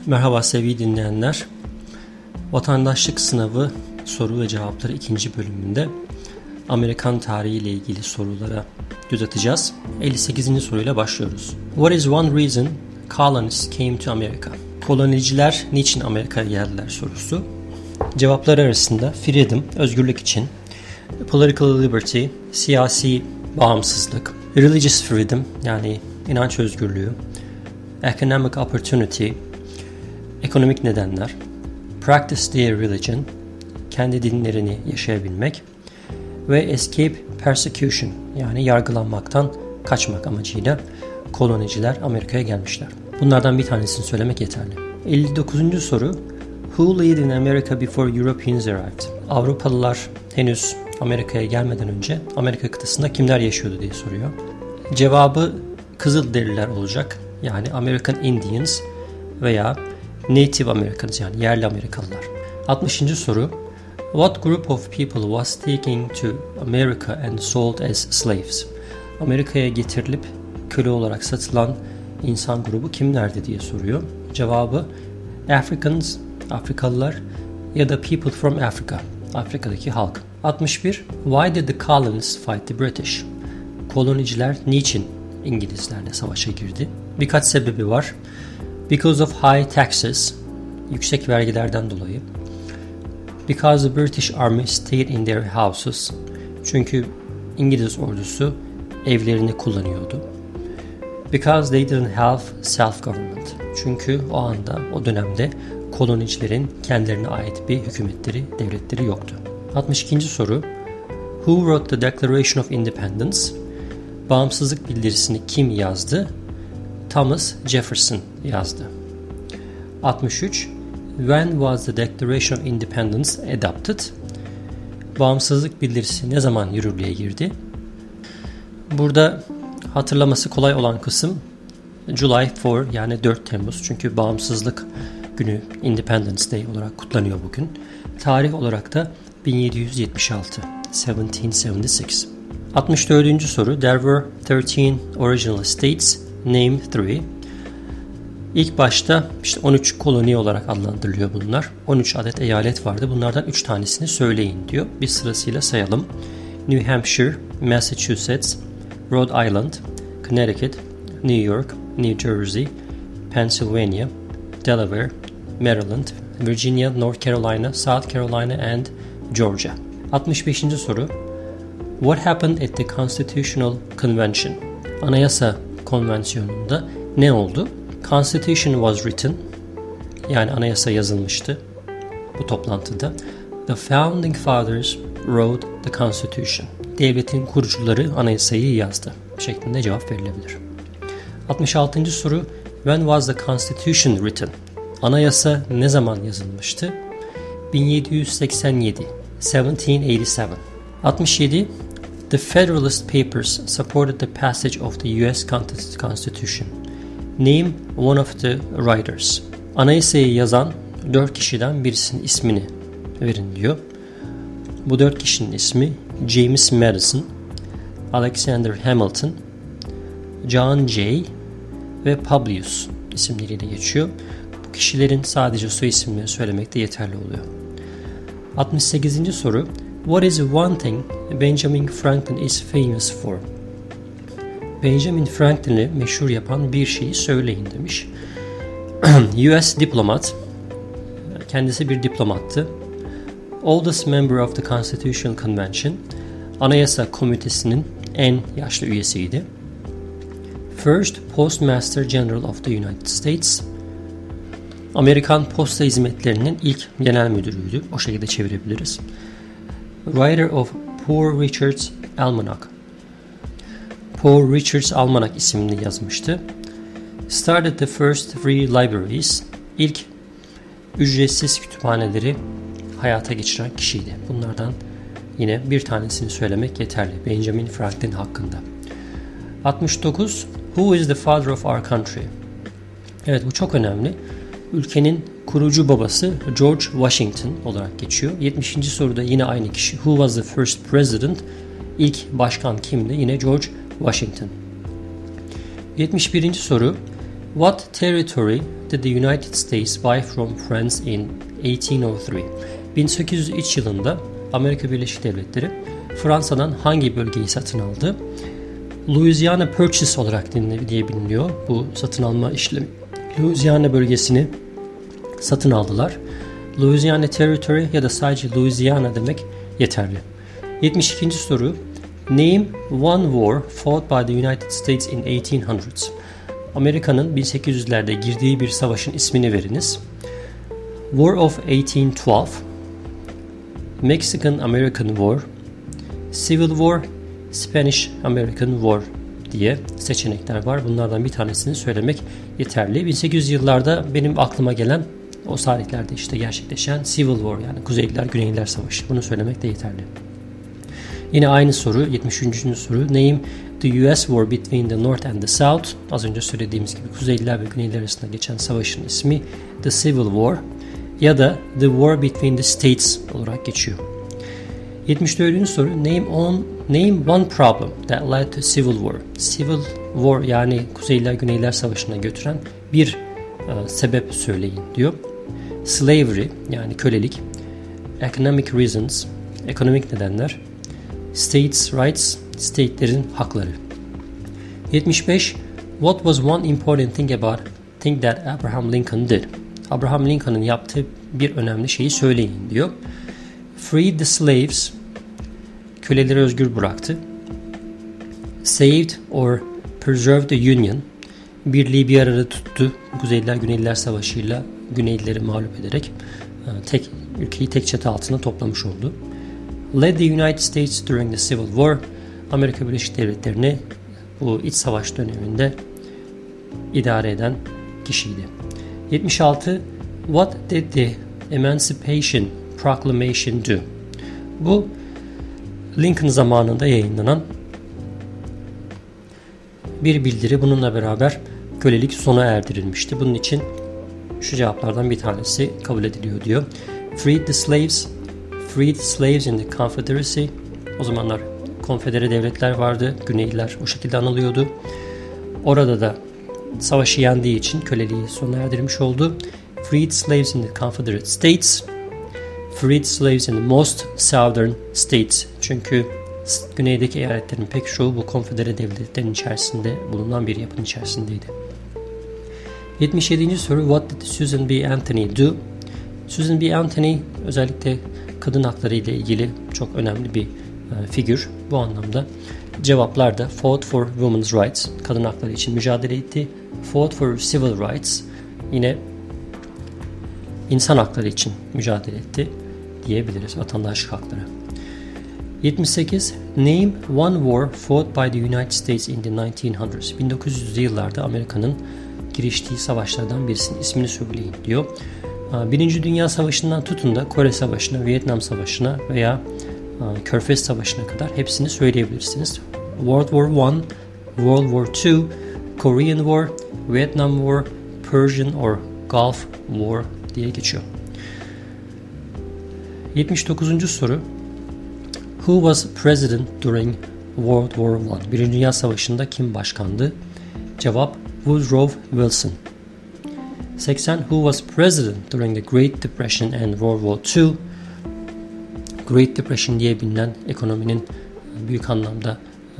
Merhaba sevgili dinleyenler. Vatandaşlık sınavı soru ve cevapları 2. bölümünde Amerikan tarihi ile ilgili sorulara göz atacağız. 58. soruyla başlıyoruz. What is one reason colonists came to America? Koloniciler niçin Amerika'ya geldiler sorusu. Cevaplar arasında freedom, özgürlük için, political liberty, siyasi bağımsızlık, religious freedom yani inanç özgürlüğü, economic opportunity, ekonomik nedenler, practice their religion, kendi dinlerini yaşayabilmek ve escape persecution yani yargılanmaktan kaçmak amacıyla koloniciler Amerika'ya gelmişler. Bunlardan bir tanesini söylemek yeterli. 59. soru. Who lived in America before Europeans arrived? Avrupalılar henüz Amerika'ya gelmeden önce Amerika kıtasında kimler yaşıyordu diye soruyor. Cevabı Kızılderililer olacak. Yani American Indians veya Native Americans yani yerli Amerikalılar. 60. soru. What group of people was taken to America and sold as slaves? Amerika'ya getirilip köle olarak satılan insan grubu kimlerdi diye soruyor. Cevabı Africans, Afrikalılar ya da people from Africa, Afrika'daki halk. 61. Why did the colonists fight the British? Koloniciler niçin İngilizlerle savaşa girdi? Birkaç sebebi var. Because of high taxes, yüksek vergilerden dolayı. Because the British Army stayed in their houses, çünkü İngiliz ordusu evlerini kullanıyordu. Because they didn't have self-government, çünkü o dönemde kolonicilerin kendilerine ait bir hükümetleri, devletleri yoktu. 62. soru. Who wrote the Declaration of Independence? Bağımsızlık bildirisini kim yazdı? Thomas Jefferson yazdı. 63. When was the Declaration of Independence adopted? Bağımsızlık bildirisi ne zaman yürürlüğe girdi? Burada hatırlaması kolay olan kısım July 4 yani 4 Temmuz. Çünkü bağımsızlık günü Independence Day olarak kutlanıyor bugün. Tarih olarak da 1776. 1776. 64. soru. There were 13 original states. Name 3. İlk başta 13 koloni olarak adlandırılıyor bunlar. 13 adet eyalet vardı. Bunlardan 3 tanesini söyleyin diyor. Bir sırasıyla sayalım. New Hampshire, Massachusetts, Rhode Island, Connecticut, New York, New Jersey, Pennsylvania, Delaware, Maryland, Virginia, North Carolina, South Carolina and Georgia. 65. soru. What happened at the Constitutional Convention? Anayasa Konvensiyonu'nda ne oldu? Constitution was written, yani anayasa yazılmıştı bu toplantıda. The Founding Fathers wrote the Constitution. Devletin kurucuları anayasayı yazdı şeklinde cevap verilebilir. 66. soru. When was the Constitution written? Anayasa ne zaman yazılmıştı? 1787. 1787. 67. The Federalist Papers supported the passage of the U.S. Constitution. Name one of the writers. Anayasayı yazan 4 kişiden birisinin ismini verin diyor. Bu 4 kişinin ismi James Madison, Alexander Hamilton, John Jay ve Publius isimleriyle geçiyor. Bu kişilerin sadece soy isimlerini söylemek de yeterli oluyor. 68. soru. What is one thing Benjamin Franklin is famous for? Benjamin Franklin'i meşhur yapan bir şeyi söyleyin demiş. US diplomat, kendisi bir diplomattı. Oldest member of the Constitutional Convention, Anayasa Komitesi'nin en yaşlı üyesiydi. First Postmaster General of the United States, Amerikan Posta Hizmetlerinin ilk genel müdürüydü. O şekilde çevirebiliriz. Writer of Poor Richard's Almanac. Poor Richard's Almanac isimli yazmıştı. Started the first free libraries. İlk ücretsiz kütüphaneleri hayata geçiren kişiydi. Bunlardan yine bir tanesini söylemek yeterli. Benjamin Franklin hakkında. 69. Who is the father of our country? Evet, bu çok önemli. Ülkenin kurucu babası George Washington olarak geçiyor. 70. soruda yine aynı kişi. Who was the first president? İlk başkan kimdi? Yine George Washington. 71. soru. What territory did the United States buy from France in 1803? 1803 yılında Amerika Birleşik Devletleri Fransa'dan hangi bölgeyi satın aldı? Louisiana Purchase olarak diye biliniyor bu satın alma işlemi. Louisiana bölgesini satın aldılar. Louisiana Territory ya da sadece Louisiana demek yeterli. 72. soru. Name one war fought by the United States in 1800s. Amerika'nın 1800'lerde girdiği bir savaşın ismini veriniz. War of 1812, Mexican-American War, Civil War, Spanish-American War diye seçenekler var. Bunlardan bir tanesini söylemek yeterli. 1800 yıllarda benim aklıma gelen o tarihlerde işte gerçekleşen Civil War yani Kuzeyliler Güneyliler Savaşı. Bunu söylemek de yeterli. Yine aynı soru 73. soru. Name the US War between the North and the South. Az önce söylediğimiz gibi Kuzeyliler ve Güneyliler arasında geçen savaşın ismi The Civil War ya da The War Between the States olarak geçiyor. 74. soru. Name one problem that led to Civil War. Civil War yani Kuzeyliler Güneyliler Savaşı'na götüren bir sebep söyleyin diyor. Slavery yani kölelik, economic reasons, ekonomik nedenler, states' rights, state'lerin hakları. 75. What was one important thing that Abraham Lincoln did? Abraham Lincoln'ın yaptığı bir önemli şeyi söyleyin diyor. Freed the slaves, köleleri özgür bıraktı. Saved or preserved the Union, birliği bir arada tuttu. Kuzeyliler Güneyliler Savaşı'yla Güneylileri mağlup ederek ülkeyi tek çatı altına toplamış oldu. Led the United States during the Civil War, Amerika Birleşik Devletleri'ni bu iç savaş döneminde idare eden kişiydi. 76. What did the Emancipation Proclamation do? Bu Lincoln zamanında yayınlanan bir bildiri. Bununla beraber kölelik sona erdirilmişti. Bunun için şu cevaplardan bir tanesi kabul ediliyor diyor. Freed the slaves in the Confederacy. O zamanlar konfedere devletler vardı. Güneyliler o şekilde anılıyordu. Orada da savaşı yendiği için köleliği sona erdirmiş oldu. Freed slaves in the Confederate States. Freed slaves in the most southern states. Çünkü güneydeki eyaletlerin pek çoğu bu konfedere devletlerin içerisinde bulunan bir yapının içerisindeydi. 77. soru. What did Susan B. Anthony do? Susan B. Anthony özellikle kadın hakları ile ilgili çok önemli bir figür. Bu anlamda cevaplarda fought for women's rights, kadın hakları için mücadele etti. Fought for civil rights, yine insan hakları için mücadele etti diyebiliriz, vatandaşlık hakları. 78. Name one war fought by the United States in the 1900s. 1900'lü yıllarda Amerika'nın giriştiği savaşlardan birisinin ismini söyleyin diyor. Birinci Dünya Savaşı'ndan tutun da Kore Savaşı'na, Vietnam Savaşı'na veya Körfez Savaşı'na kadar hepsini söyleyebilirsiniz. World War I, World War II, Korean War, Vietnam War, Persian or Gulf War diye geçiyor. 79. soru. Who was president during World War I? Birinci Dünya Savaşı'nda kim başkandı? Cevap Woodrow Wilson. 80. Who was president during the Great Depression and World War II? Great Depression diye bilinen ekonominin büyük anlamda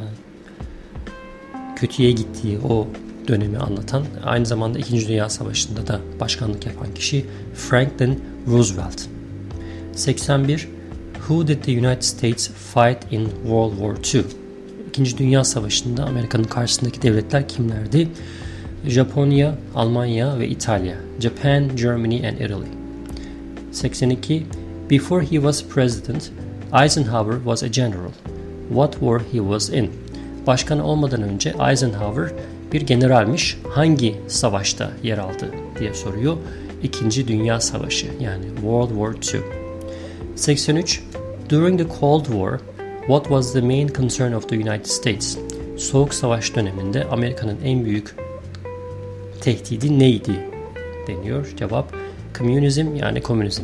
kötüye gittiği o dönemi anlatan, aynı zamanda 2. Dünya Savaşı'nda da başkanlık yapan kişi Franklin Roosevelt. 81. Who did the United States fight in World War II? 2. Dünya Savaşı'nda Amerika'nın karşısındaki devletler kimlerdi? Japonya, Almanya ve İtalya. Japan, Germany and Italy. 82. Before he was president, Eisenhower was a general. What war he was in? Başkan olmadan önce Eisenhower bir generalmiş. Hangi savaşta yer aldı diye soruyor. 2. Dünya Savaşı yani World War II. 83. During the Cold War, what was the main concern of the United States? Soğuk Savaş döneminde Amerika'nın en büyük tehdidi neydi deniyor. Cevap komünizm yani komünizm.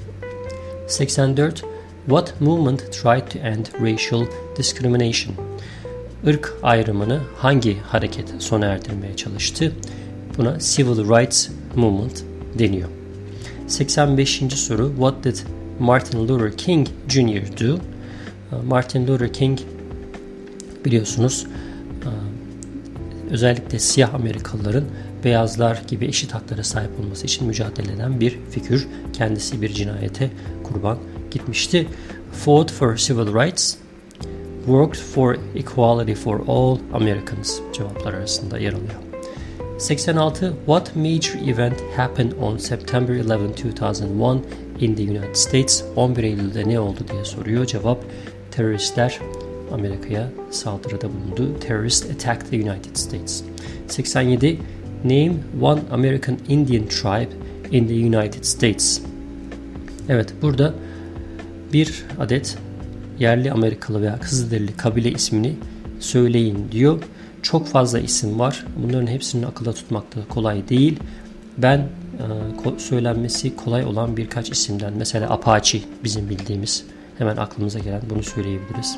84. What movement tried to end racial discrimination? Irk ayrımını hangi hareket sona erdirmeye çalıştı? Buna Civil Rights Movement deniyor. 85. soru. What did Martin Luther King Jr. do? Martin Luther King biliyorsunuz özellikle siyah Amerikalıların beyazlar gibi eşit haklara sahip olması için mücadele eden bir figür. Kendisi bir cinayete kurban gitmişti. Fought for civil rights, worked for equality for all Americans cevaplar arasında yer alıyor. 86. What major event happened on September 11, 2001 in the United States? 11 Eylül'de ne oldu diye soruyor. Cevap teröristler Amerika'ya saldırıda bulundu. Terrorist attacked the United States. 87. Name one American Indian tribe in the United States. Evet, burada bir adet yerli Amerikalı veya Kızılderili kabile ismini söyleyin diyor. Çok fazla isim var. Bunların hepsini akılda tutmak da kolay değil. Ben söylenmesi kolay olan birkaç isimden, mesela Apache bizim bildiğimiz, hemen aklımıza gelen, bunu söyleyebiliriz.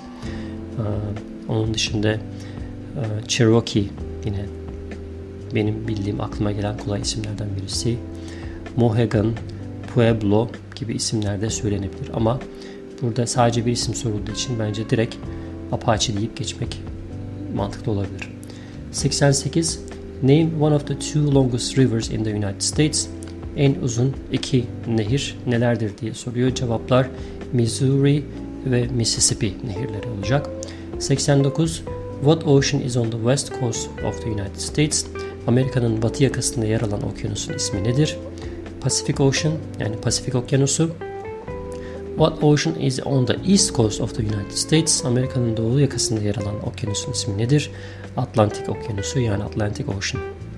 Onun dışında Cherokee yine benim bildiğim, aklıma gelen kolay isimlerden birisi. Mohegan, Pueblo gibi isimler de söylenebilir ama burada sadece bir isim sorulduğu için bence direkt Apache deyip geçmek mantıklı olabilir. 88. Name one of the two longest rivers in the United States. En uzun iki nehir nelerdir diye soruyor. Cevaplar Missouri ve Mississippi nehirleri olacak. 89. What ocean is on the west coast of the United States? Amerika'nın batı yakasında yer alan okyanusun ismi nedir? Pacific Ocean, yani Pasifik Okyanusu. What ocean is on the east coast of the United States? Amerika'nın doğu yakasında yer alan okyanusun ismi nedir? Atlantik Okyanusu, yani Atlantic Ocean.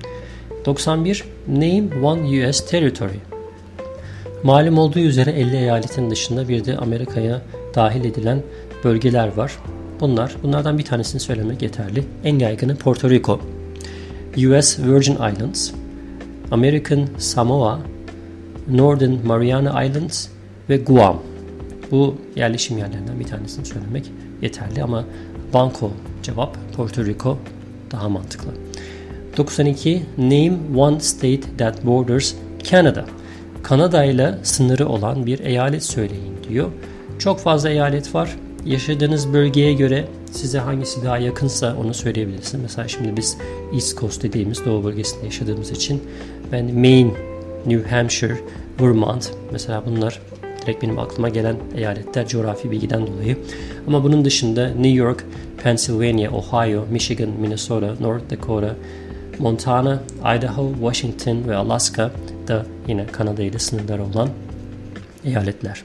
91. Name one US territory. Malum olduğu üzere 50 eyaletin dışında bir de Amerika'ya dahil edilen bölgeler var. Bunlardan bir tanesini söylemek yeterli. En yaygını Porto Rico, US Virgin Islands, American Samoa, Northern Mariana Islands ve Guam. Bu yerleşim yerlerinden bir tanesini söylemek yeterli ama banko cevap, Porto Rico daha mantıklı. 92. Name one state that borders Canada. Kanada ile sınırı olan bir eyalet söyleyin diyor. Çok fazla eyalet var. Yaşadığınız bölgeye göre size hangisi daha yakınsa onu söyleyebilirsiniz. Mesela şimdi biz East Coast dediğimiz doğu bölgesinde yaşadığımız için ben Maine, New Hampshire, Vermont, mesela bunlar direkt benim aklıma gelen eyaletler coğrafi bilgiden dolayı. Ama bunun dışında New York, Pennsylvania, Ohio, Michigan, Minnesota, North Dakota, Montana, Idaho, Washington ve Alaska da yine Kanada ile sınırları olan eyaletler.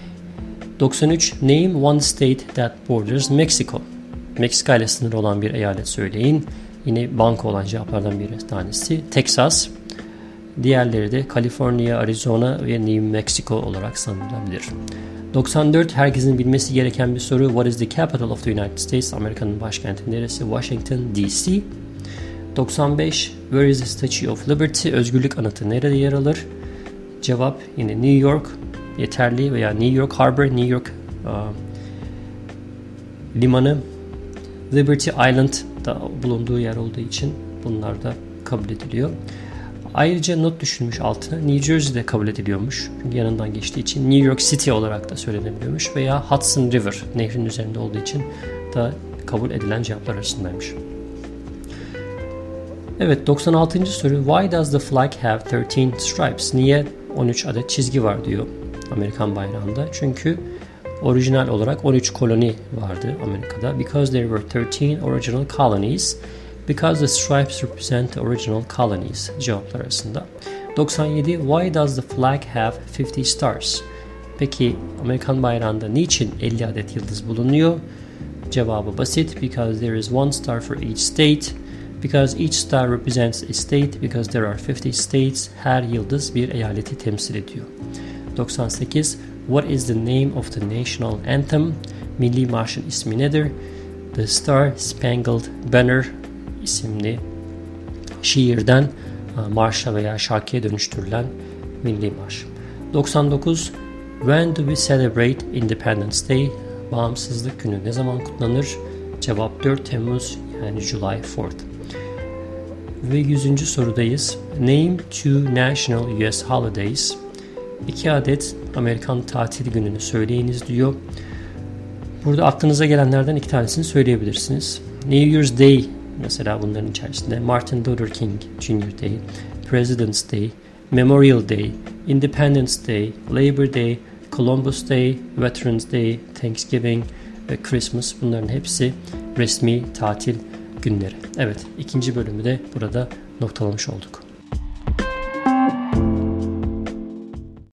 93. Name one state that borders Mexico. Meksika ile sınırı olan bir eyalet söyleyin. Yine banko olan cevaplardan bir tanesi Texas. Diğerleri de Kaliforniya, Arizona ve New Mexico olarak sanılabilir. 94. Herkesin bilmesi gereken bir soru. What is the capital of the United States? Amerika'nın başkenti neresi? Washington DC. 95. Where is the Statue of Liberty? Özgürlük anıtı nerede yer alır? Cevap yine New York yeterli veya New York Harbor, New York limanı, Liberty Island da bulunduğu yer olduğu için bunlar da kabul ediliyor. Ayrıca not düşülmüş altına New Jersey'de kabul ediliyormuş. Çünkü yanından geçtiği için New York City olarak da söylenebiliyormuş veya Hudson River nehrin üzerinde olduğu için da kabul edilen cevaplar arasındaymış. Evet, 96. soru. Why does the flag have 13 stripes? Niye 13 adet çizgi var diyor Amerikan bayrağında. Çünkü orijinal olarak 13 koloni vardı Amerika'da. Because there were 13 original colonies. Because the stripes represent the original colonies. Cevaplar arasında. 97. Why does the flag have 50 stars? Peki Amerikan bayrağında niçin 50 adet yıldız bulunuyor? Cevabı basit. Because there is one star for each state. Because each star represents a state. Because there are 50 states. Her yıldız bir eyaleti temsil ediyor. 98. What is the name of the national anthem? Milli marşın ismi nedir? The Star Spangled Banner isimli şiirden marşa veya şarkıya dönüştürülen milli marş. 99. When do we celebrate Independence Day? Bağımsızlık günü ne zaman kutlanır? Cevap 4 Temmuz, yani July 4th. Ve 100. sorudayız. Name two national US holidays. 2 adet Amerikan tatil gününü söyleyiniz diyor. Burada aklınıza gelenlerden 2 tanesini söyleyebilirsiniz. New Year's Day mesela bunların içerisinde. Martin Luther King Jr. Day, President's Day, Memorial Day, Independence Day, Labor Day, Columbus Day, Veterans Day, Thanksgiving ve Christmas, bunların hepsi resmi tatil günleri. Evet, 2. bölümü de burada noktalamış olduk.